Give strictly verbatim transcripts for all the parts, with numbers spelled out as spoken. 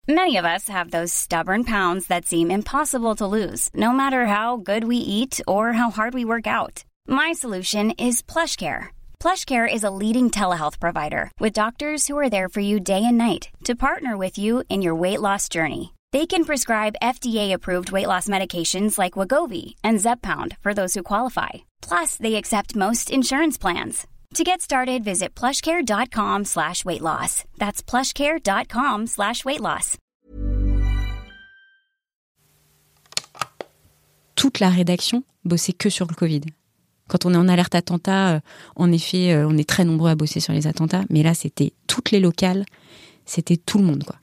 Many of us have those stubborn pounds that seem impossible to lose, no matter how good we eat or how hard we work out. My solution is PlushCare. PlushCare is a leading telehealth provider with doctors who are there for you day and night to partner with you in your weight loss journey. They can prescribe F D A-approved weight loss medications like Wegovy and Zepbound for those who qualify. Plus, they accept most insurance plans. To get started, visit plushcare.com slash weight loss. That's plushcare.com slash weight loss. Toute la rédaction bossait que sur le Covid. Quand on est en alerte attentat, euh, en effet, euh, on est très nombreux à bosser sur les attentats. Mais là, c'était toutes les locales, c'était tout le monde, quoi.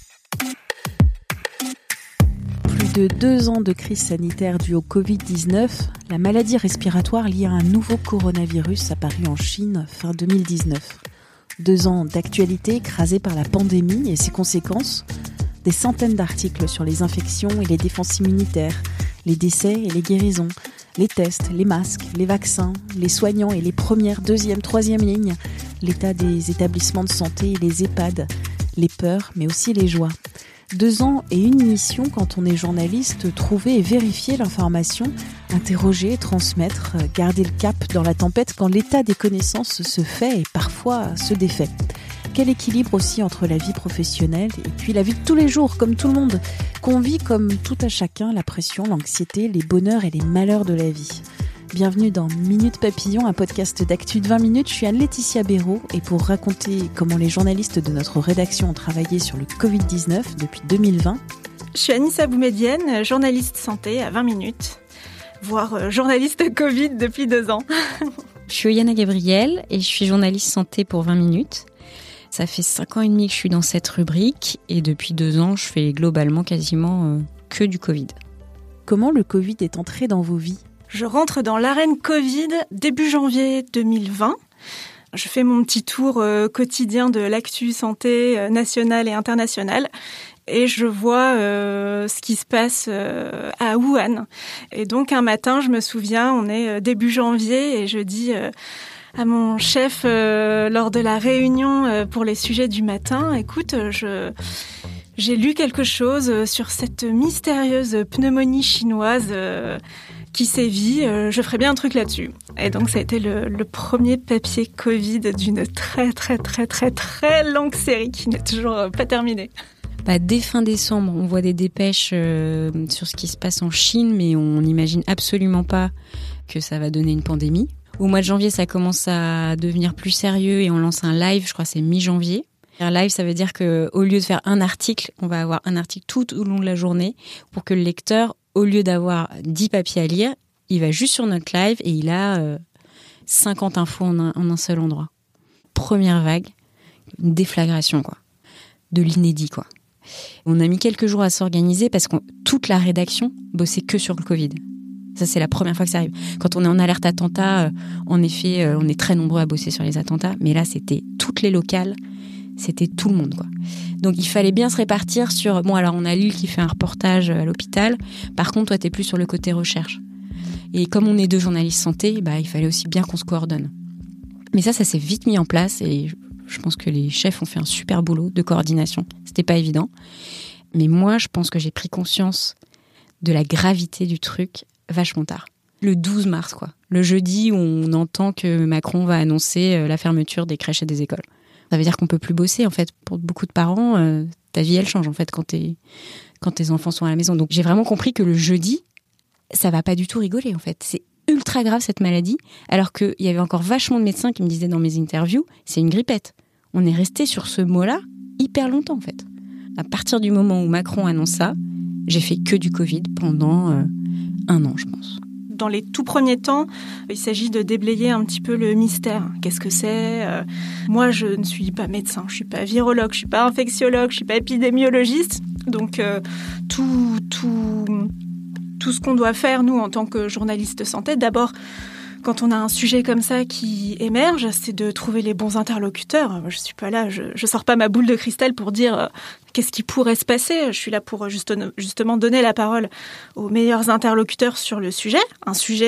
Plus de deux ans de crise sanitaire due au covid dix-neuf, la maladie respiratoire liée à un nouveau coronavirus apparu en Chine fin deux mille dix-neuf. Deux ans d'actualité écrasée par la pandémie et ses conséquences, des centaines d'articles sur les infections et les défenses immunitaires, les décès et les guérisons, les tests, les masques, les vaccins, les soignants et les premières, deuxième, troisième lignes, l'état des établissements de santé et les EHPAD, les peurs mais aussi les joies. Deux ans et une mission quand on est journaliste, trouver et vérifier l'information, interroger, transmettre, garder le cap dans la tempête quand l'état des connaissances se fait et parfois se défait. Quel équilibre aussi entre la vie professionnelle et puis la vie de tous les jours, comme tout le monde, qu'on vit comme tout à chacun la pression, l'anxiété, les bonheurs et les malheurs de la vie. Bienvenue dans Minute Papillon, un podcast d'actu de vingt minutes. Je suis Anne-Laetitia Béraud et pour raconter comment les journalistes de notre rédaction ont travaillé sur le covid dix-neuf depuis deux mille vingt. Je suis Anissa Boumedienne, journaliste santé à vingt minutes, voire journaliste Covid depuis deux ans. Je suis Oyana Gabriel et je suis journaliste santé pour vingt minutes. Ça fait cinq ans et demi que je suis dans cette rubrique et depuis deux ans, je fais globalement quasiment euh, que du Covid. Comment le Covid est entré dans vos vies ? Je rentre dans l'arène Covid début janvier deux mille vingt. Je fais mon petit tour euh, quotidien de l'actu santé euh, nationale et internationale et je vois euh, ce qui se passe euh, à Wuhan. Et donc un matin, je me souviens, on est euh, début janvier et je dis euh, à mon chef euh, lors de la réunion euh, pour les sujets du matin, écoute, je... j'ai lu quelque chose sur cette mystérieuse pneumonie chinoise euh, qui sévit, euh, je ferais bien un truc là-dessus. Et donc ça a été le, le premier papier Covid d'une très très très très très longue série qui n'est toujours pas terminée. Bah, dès fin décembre, on voit des dépêches euh, sur ce qui se passe en Chine, mais on n'imagine absolument pas que ça va donner une pandémie. Au mois de janvier, ça commence à devenir plus sérieux et on lance un live, je crois que c'est mi-janvier. Un live, ça veut dire qu'au lieu de faire un article, on va avoir un article tout au long de la journée pour que le lecteur, au lieu d'avoir dix papiers à lire, il va juste sur notre live et il a euh, cinquante infos en un, en un seul endroit. Première vague, une déflagration, quoi. De l'inédit, quoi. On a mis quelques jours à s'organiser parce que toute la rédaction bossait que sur le Covid. Ça, c'est la première fois que ça arrive. Quand on est en alerte attentat, euh, en effet, euh, on est très nombreux à bosser sur les attentats. Mais là, c'était toutes les locales. C'était tout le monde, quoi. Donc, il fallait bien se répartir sur... Bon, alors, on a Lille qui fait un reportage à l'hôpital. Par contre, toi, t'es plus sur le côté recherche. Et comme on est deux journalistes santé, bah, il fallait aussi bien qu'on se coordonne. Mais ça, ça s'est vite mis en place. Et je pense que les chefs ont fait un super boulot de coordination. C'était pas évident. Mais moi, je pense que j'ai pris conscience de la gravité du truc vachement tard. Le douze mars, quoi. Le jeudi où on entend que Macron va annoncer la fermeture des crèches et des écoles. Ça veut dire qu'on peut plus bosser, en fait. Pour beaucoup de parents, euh, ta vie, elle change, en fait, quand, t'es, quand tes enfants sont à la maison. Donc, j'ai vraiment compris que le jeudi, ça va pas du tout rigoler, en fait. C'est ultra grave, cette maladie. Alors qu'il y avait encore vachement de médecins qui me disaient dans mes interviews, c'est une grippette. On est resté sur ce mot-là hyper longtemps, en fait. À partir du moment où Macron annonce ça, j'ai fait que du Covid pendant euh, un an, je pense. Dans les tout premiers temps, il s'agit de déblayer un petit peu le mystère. Qu'est-ce que c'est ? euh, Moi, je ne suis pas médecin, je ne suis pas virologue, je ne suis pas infectiologue, je ne suis pas épidémiologiste. Donc, euh, tout, tout, tout ce qu'on doit faire, nous, en tant que journalistes santé, d'abord, quand on a un sujet comme ça qui émerge, c'est de trouver les bons interlocuteurs. Je suis pas là, je, je sors pas ma boule de cristal pour dire euh, qu'est-ce qui pourrait se passer. Je suis là pour juste, justement donner la parole aux meilleurs interlocuteurs sur le sujet. Un sujet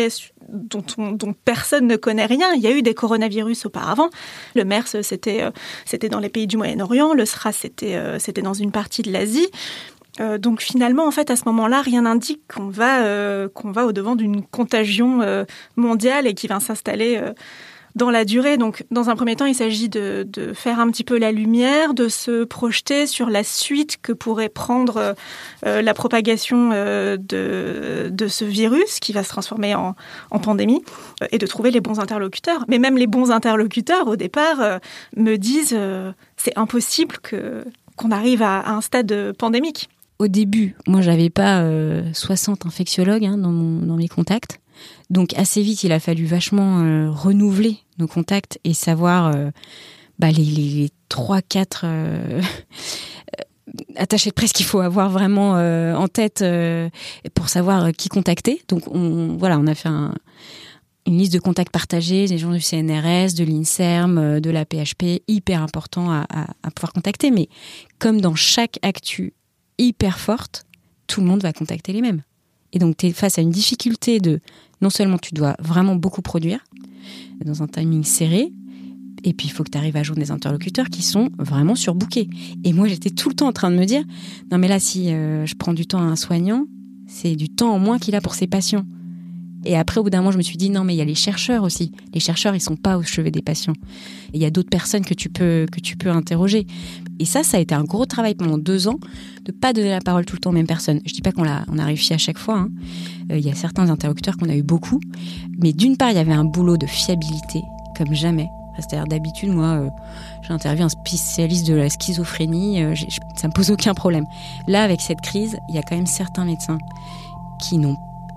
dont, on, dont personne ne connaît rien. Il y a eu des coronavirus auparavant. Le MERS, c'était, euh, c'était dans les pays du Moyen-Orient. Le SRAS, c'était, euh, c'était dans une partie de l'Asie. Euh, donc finalement, en fait, à ce moment-là, rien n'indique qu'on va, euh, qu'on va au-devant d'une contagion euh, mondiale et qui va s'installer euh, dans la durée. Donc, dans un premier temps, il s'agit de, de faire un petit peu la lumière, de se projeter sur la suite que pourrait prendre euh, la propagation euh, de, de ce virus qui va se transformer en, en pandémie euh, et de trouver les bons interlocuteurs. Mais même les bons interlocuteurs, au départ, euh, me disent euh, c'est impossible que, qu'on arrive à, à un stade pandémique. Au début, moi, j'avais pas euh, soixante infectiologues hein, dans, mon, dans mes contacts. Donc assez vite, il a fallu vachement euh, renouveler nos contacts et savoir euh, bah, les, les, les trois quatre euh, attachés de presse qu'il faut avoir vraiment euh, en tête euh, pour savoir qui contacter. Donc on, voilà, on a fait un, une liste de contacts partagés, des gens du C N R S, de l'INSERM, de la P H P, hyper important à, à, à pouvoir contacter. Mais comme dans chaque actu hyper forte, tout le monde va contacter les mêmes. Et donc, tu es face à une difficulté de... Non seulement tu dois vraiment beaucoup produire, dans un timing serré, et puis il faut que tu arrives à joindre des interlocuteurs qui sont vraiment surbookés. Et moi, j'étais tout le temps en train de me dire, non mais là, si euh, je prends du temps à un soignant, c'est du temps en moins qu'il a pour ses patients. Et après, au bout d'un moment, je me suis dit, non mais il y a les chercheurs aussi. Les chercheurs, ils sont pas au chevet des patients. Et il y a d'autres personnes que tu peux, que tu peux interroger. Et ça, ça a été un gros travail pendant deux ans, de pas donner la parole tout le temps aux mêmes personnes. Je dis pas qu'on l'a, on a réussi à chaque fois, hein. Euh, il y a certains interlocuteurs qu'on a eu beaucoup. Mais d'une part, il y avait un boulot de fiabilité, comme jamais. C'est-à-dire, d'habitude, moi, euh, j'interviewe un spécialiste de la schizophrénie, euh, ça me pose aucun problème. Là, avec cette crise, il y a quand même certains médecins qui n'ont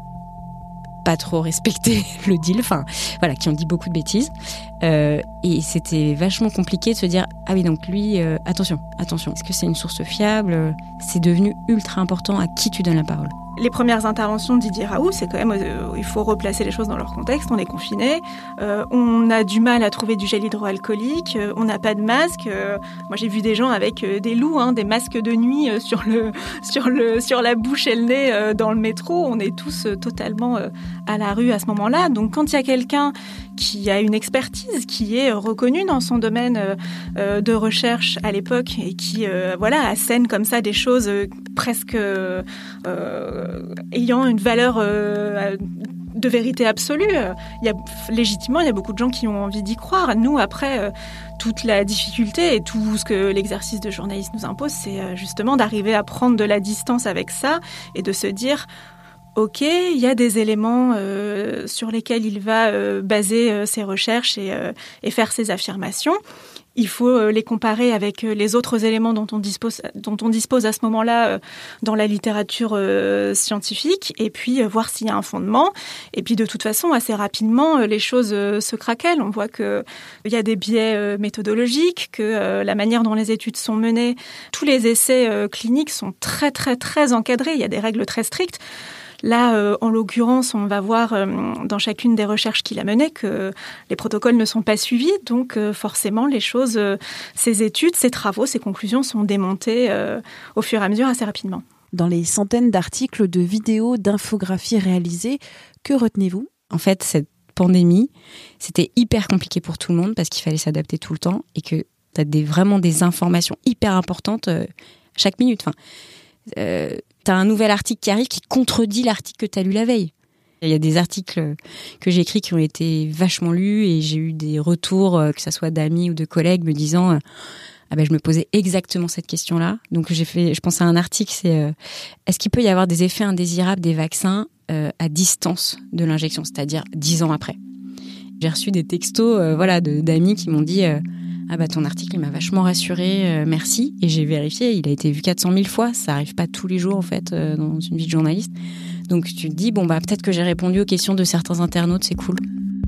pas trop respecté le deal, enfin voilà, qui ont dit beaucoup de bêtises. Euh, et c'était vachement compliqué de se dire ah oui donc lui euh, attention, attention, est-ce que c'est une source fiable? C'est devenu ultra important à qui tu donnes la parole. Les premières interventions de Didier Raoult, c'est quand même, euh, il faut replacer les choses dans leur contexte. On est confiné, euh, on a du mal à trouver du gel hydroalcoolique, euh, on n'a pas de masque. Euh, moi, j'ai vu des gens avec euh, des loups, hein, des masques de nuit euh, sur le, sur le, sur la bouche et le nez euh, dans le métro. On est tous euh, totalement euh, à la rue à ce moment-là. Donc, quand il y a quelqu'un qui a une expertise, qui est reconnue dans son domaine euh, euh, de recherche à l'époque et qui, euh, voilà, assène comme ça des choses euh, presque euh, ayant une valeur euh, de vérité absolue. Il y a, légitimement, il y a beaucoup de gens qui ont envie d'y croire. Nous, après, euh, toute la difficulté et tout ce que l'exercice de journaliste nous impose, c'est euh, justement d'arriver à prendre de la distance avec ça et de se dire ok, il y a des éléments euh, sur lesquels il va euh, baser euh, ses recherches et, euh, et faire ses affirmations. Il faut euh, les comparer avec euh, les autres éléments dont on dispose, dont on dispose à ce moment-là euh, dans la littérature euh, scientifique, et puis euh, voir s'il y a un fondement. Et puis de toute façon, assez rapidement, euh, les choses euh, se craquellent. On voit qu'il y a des biais euh, méthodologiques, que euh, la manière dont les études sont menées, tous les essais euh, cliniques sont très très très encadrés. Il y a des règles très strictes. Là, euh, en l'occurrence, on va voir euh, dans chacune des recherches qu'il a menées que les protocoles ne sont pas suivis. Donc, euh, forcément, les choses, euh, ces études, ces travaux, ces conclusions sont démontées euh, au fur et à mesure assez rapidement. Dans les centaines d'articles, de vidéos, d'infographies réalisées, que retenez-vous ? En fait, cette pandémie, c'était hyper compliqué pour tout le monde parce qu'il fallait s'adapter tout le temps et que tu as des, vraiment des informations hyper importantes euh, chaque minute. Enfin, euh, tu as un nouvel article qui arrive qui contredit l'article que tu as lu la veille. Il y a des articles que j'ai écrits qui ont été vachement lus et j'ai eu des retours, que ce soit d'amis ou de collègues, me disant ah ben je me posais exactement cette question-là. Donc j'ai fait, je pense à un article, c'est euh, est-ce qu'il peut y avoir des effets indésirables des vaccins euh, à distance de l'injection, c'est-à-dire dix ans après. J'ai reçu des textos, euh, voilà, de, d'amis qui m'ont dit euh, ah bah ton article il m'a vachement rassurée, euh, merci. Et j'ai vérifié, il a été vu quatre cent mille fois. Ça arrive pas tous les jours en fait euh, dans une vie de journaliste. Donc tu te dis bon bah peut-être que j'ai répondu aux questions de certains internautes, c'est cool.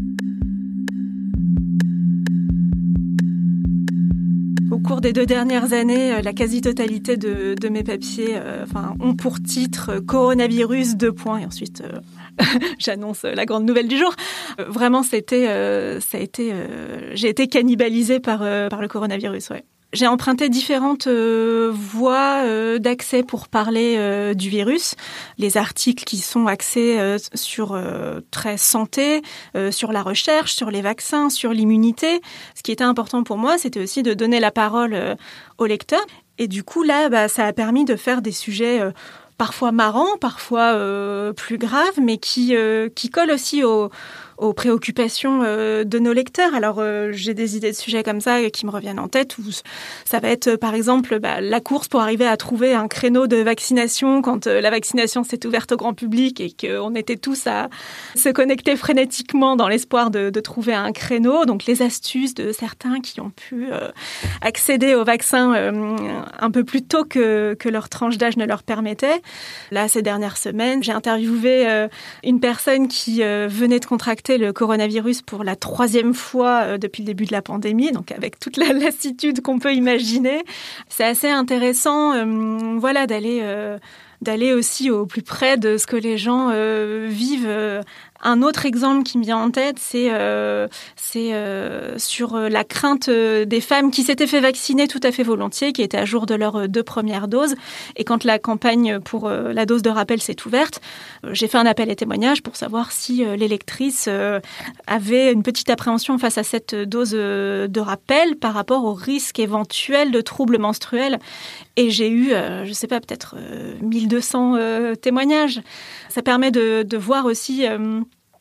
Au cours des deux dernières années, la quasi-totalité de, de mes papiers euh, enfin, ont pour titre euh, coronavirus, deux points, et ensuite euh, j'annonce la grande nouvelle du jour. Euh, vraiment, c'était, euh, ça a été, euh, j'ai été cannibalisée par, euh, par le coronavirus, ouais. J'ai emprunté différentes euh, voies euh, d'accès pour parler euh, du virus. Les articles qui sont axés euh, sur euh, très santé, euh, sur la recherche, sur les vaccins, sur l'immunité. Ce qui était important pour moi, c'était aussi de donner la parole euh, aux lecteurs. Et du coup, là, bah, ça a permis de faire des sujets euh, parfois marrants, parfois euh, plus graves, mais qui, euh, qui collent aussi aux, aux préoccupations euh, de nos lecteurs. Alors, euh, j'ai des idées de sujets comme ça qui me reviennent en tête, où ça va être, par exemple, bah, la course pour arriver à trouver un créneau de vaccination quand euh, la vaccination s'est ouverte au grand public et qu'on était tous à se connecter frénétiquement dans l'espoir de, de trouver un créneau. Donc, les astuces de certains qui ont pu euh, accéder au vaccin euh, un peu plus tôt que, que leur tranche d'âge ne leur permettait. Là, ces dernières semaines, j'ai interviewé euh, une personne qui euh, venait de contracter le coronavirus pour la troisième fois euh, depuis le début de la pandémie, donc avec toute la lassitude qu'on peut imaginer. C'est assez intéressant, euh, voilà, d'aller euh, d'aller aussi au plus près de ce que les gens euh, vivent. Un autre exemple qui me vient en tête, c'est, euh, c'est euh, sur la crainte des femmes qui s'étaient fait vacciner tout à fait volontiers, qui étaient à jour de leurs deux premières doses. Et quand la campagne pour euh, la dose de rappel s'est ouverte, euh, j'ai fait un appel et témoignage pour savoir si euh, les lectrices euh, avaient une petite appréhension face à cette dose euh, de rappel par rapport au risque éventuel de troubles menstruels. Et j'ai eu, euh, je ne sais pas, peut-être euh, mille deux cents euh, témoignages. Ça permet de, de voir aussi... Euh,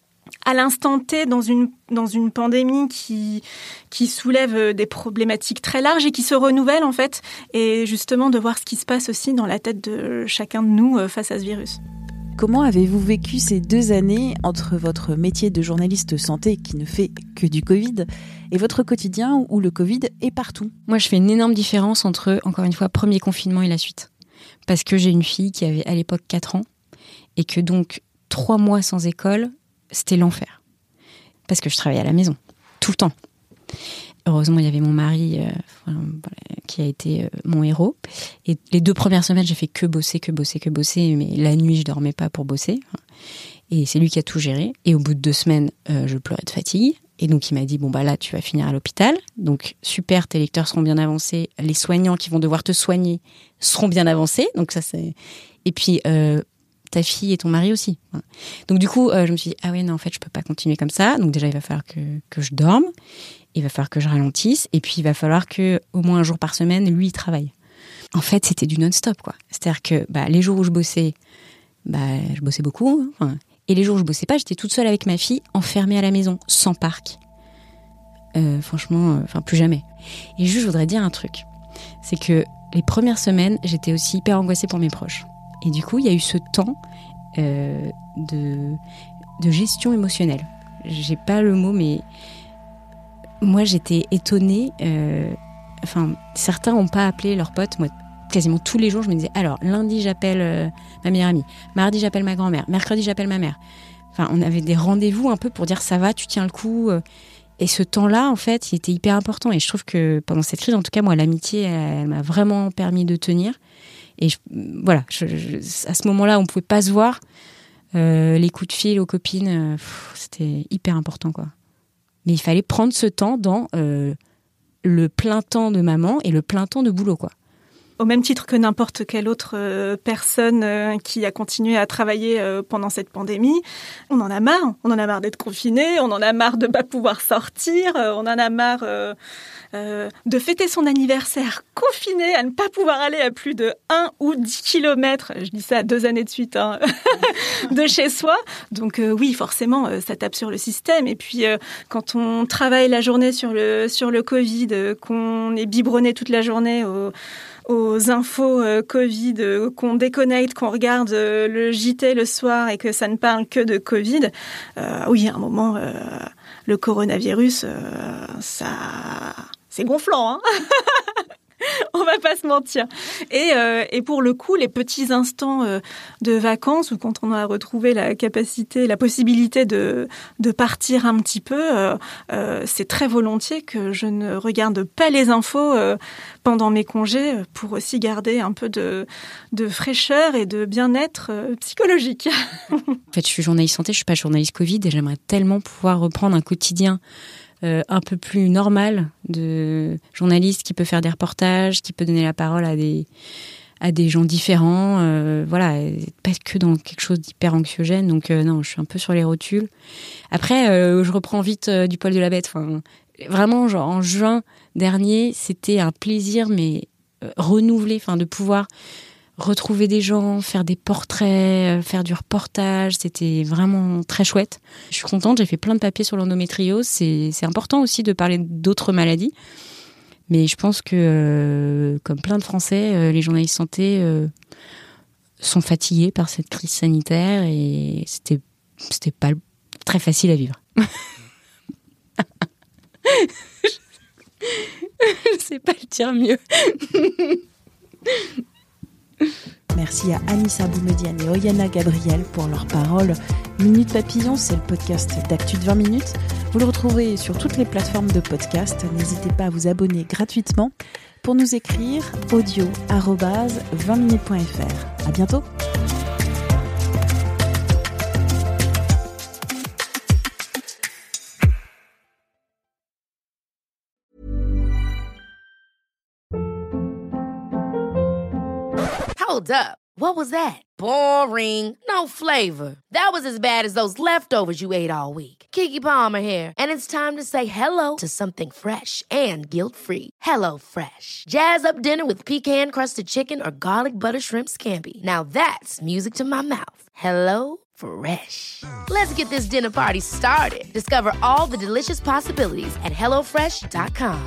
à l'instant T, dans une, dans une pandémie qui, qui soulève des problématiques très larges et qui se renouvelle, en fait, et justement de voir ce qui se passe aussi dans la tête de chacun de nous face à ce virus. Comment avez-vous vécu ces deux années entre votre métier de journaliste santé, qui ne fait que du Covid, et votre quotidien où le Covid est partout ? Moi, je fais une énorme différence entre, encore une fois, premier confinement et la suite. Parce que j'ai une fille qui avait à l'époque quatre ans, et que donc, trois mois sans école, c'était l'enfer. Parce que je travaillais à la maison, tout le temps. Heureusement, il y avait mon mari euh, voilà, qui a été euh, mon héros. Et les deux premières semaines, j'ai fait que bosser, que bosser, que bosser. Mais la nuit, je dormais pas pour bosser. Et c'est lui qui a tout géré. Et au bout de deux semaines, euh, je pleurais de fatigue. Et donc, il m'a dit, bon, bah là, tu vas finir à l'hôpital. Donc, super, tes lecteurs seront bien avancés. Les soignants qui vont devoir te soigner seront bien avancés. Donc, ça, c'est... Et puis... Euh, ta fille et ton mari aussi. Donc du coup, euh, je me suis dit, ah ouais, non, en fait, je peux pas continuer comme ça. Donc déjà, il va falloir que, que je dorme, il va falloir que je ralentisse, et puis il va falloir que au moins un jour par semaine, lui, il travaille. En fait, c'était du non-stop, quoi. C'est-à-dire que bah, les jours où je bossais, bah, je bossais beaucoup, hein, et les jours où je bossais pas, j'étais toute seule avec ma fille, enfermée à la maison, sans parc. Euh, franchement, enfin, euh, plus jamais. Et juste, je voudrais dire un truc. C'est que les premières semaines, j'étais aussi hyper angoissée pour mes proches. Et du coup, il y a eu ce temps euh, de, de gestion émotionnelle. J'ai pas le mot, mais moi, j'étais étonnée. Euh, enfin, certains n'ont pas appelé leurs potes. Moi, quasiment tous les jours, je me disais, alors, lundi, j'appelle euh, ma meilleure amie. Mardi, j'appelle ma grand-mère. Mercredi, j'appelle ma mère. Enfin, on avait des rendez-vous un peu pour dire, ça va, tu tiens le coup. Et ce temps-là, en fait, il était hyper important. Et je trouve que pendant cette crise, en tout cas, moi, l'amitié, elle, elle m'a vraiment permis de tenir. Et je, voilà, je, je, à ce moment-là, on ne pouvait pas se voir. Euh, les coups de fil aux copines, euh, pff, c'était hyper important, quoi. Mais il fallait prendre ce temps dans euh, le plein temps de maman et le plein temps de boulot, quoi. Au même titre que n'importe quelle autre euh, personne euh, qui a continué à travailler euh, pendant cette pandémie, on en a marre. On en a marre d'être confiné, on en a marre de ne pas pouvoir sortir, euh, on en a marre euh, euh, de fêter son anniversaire confiné, à ne pas pouvoir aller à plus de un ou dix kilomètres, je dis ça deux années de suite, hein, de chez soi. Donc euh, oui, forcément, euh, ça tape sur le système. Et puis, euh, quand on travaille la journée sur le, sur le Covid, euh, qu'on est biberonné toute la journée au... aux infos euh, Covid, euh, qu'on déconnecte, qu'on regarde euh, le J T le soir et que ça ne parle que de Covid, euh, oui, à un moment, euh, le coronavirus, euh, ça, c'est gonflant, hein. On va pas se mentir. Et, euh, et pour le coup, les petits instants euh, de vacances où quand on a retrouvé la capacité, la possibilité de, de partir un petit peu, euh, euh, c'est très volontiers que je ne regarde pas les infos euh, pendant mes congés pour aussi garder un peu de, de fraîcheur et de bien-être euh, psychologique. En fait, je suis journaliste santé, je suis pas journaliste Covid et j'aimerais tellement pouvoir reprendre un quotidien euh, un peu plus normale de journaliste qui peut faire des reportages, qui peut donner la parole à des à des gens différents, euh, voilà, pas que dans quelque chose d'hyper anxiogène. Donc euh, non, je suis un peu sur les rotules. Après, euh, je reprends vite euh, du poil de la bête. Enfin, vraiment, genre en juin dernier, c'était un plaisir, mais euh, renouvelé, enfin, de pouvoir retrouver des gens, faire des portraits, euh, faire du reportage. C'était vraiment très chouette. Je suis contente. J'ai fait plein de papiers sur l'endométriose. C'est c'est important aussi de parler d'autres maladies. Mais je pense que, euh, comme plein de Français, euh, les journalistes santé euh, sont fatigués par cette crise sanitaire et c'était, c'était pas très facile à vivre. Je sais pas le dire mieux. Merci à Anissa Boumedienne et Oyana Gabriel pour leurs paroles. Minute Papillon, c'est le podcast d'Actu de vingt minutes. Vous le retrouvez sur toutes les plateformes de podcast. N'hésitez pas à vous abonner gratuitement. Pour nous écrire, audio arobase vingt minutes point f r. À bientôt. Hold up. What was that? Boring. No flavor. That was as bad as those leftovers you ate all week. Keke Palmer here, and it's time to say hello to something fresh and guilt-free. Hello Fresh. Jazz up dinner with pecan-crusted chicken or garlic butter shrimp scampi. Now that's music to my mouth. Hello Fresh. Let's get this dinner party started. Discover all the delicious possibilities at hello fresh dot com.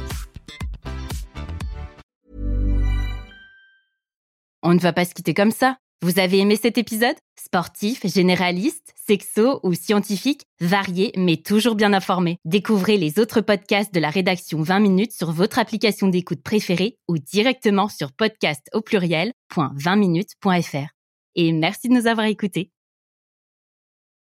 On ne va pas se quitter comme ça. Vous avez aimé cet épisode ? Sportif, généraliste, sexo ou scientifique, varié mais toujours bien informé. Découvrez les autres podcasts de la rédaction vingt minutes sur votre application d'écoute préférée ou directement sur podcast au pluriel point vingt minutes point f r. Et merci de nous avoir écoutés.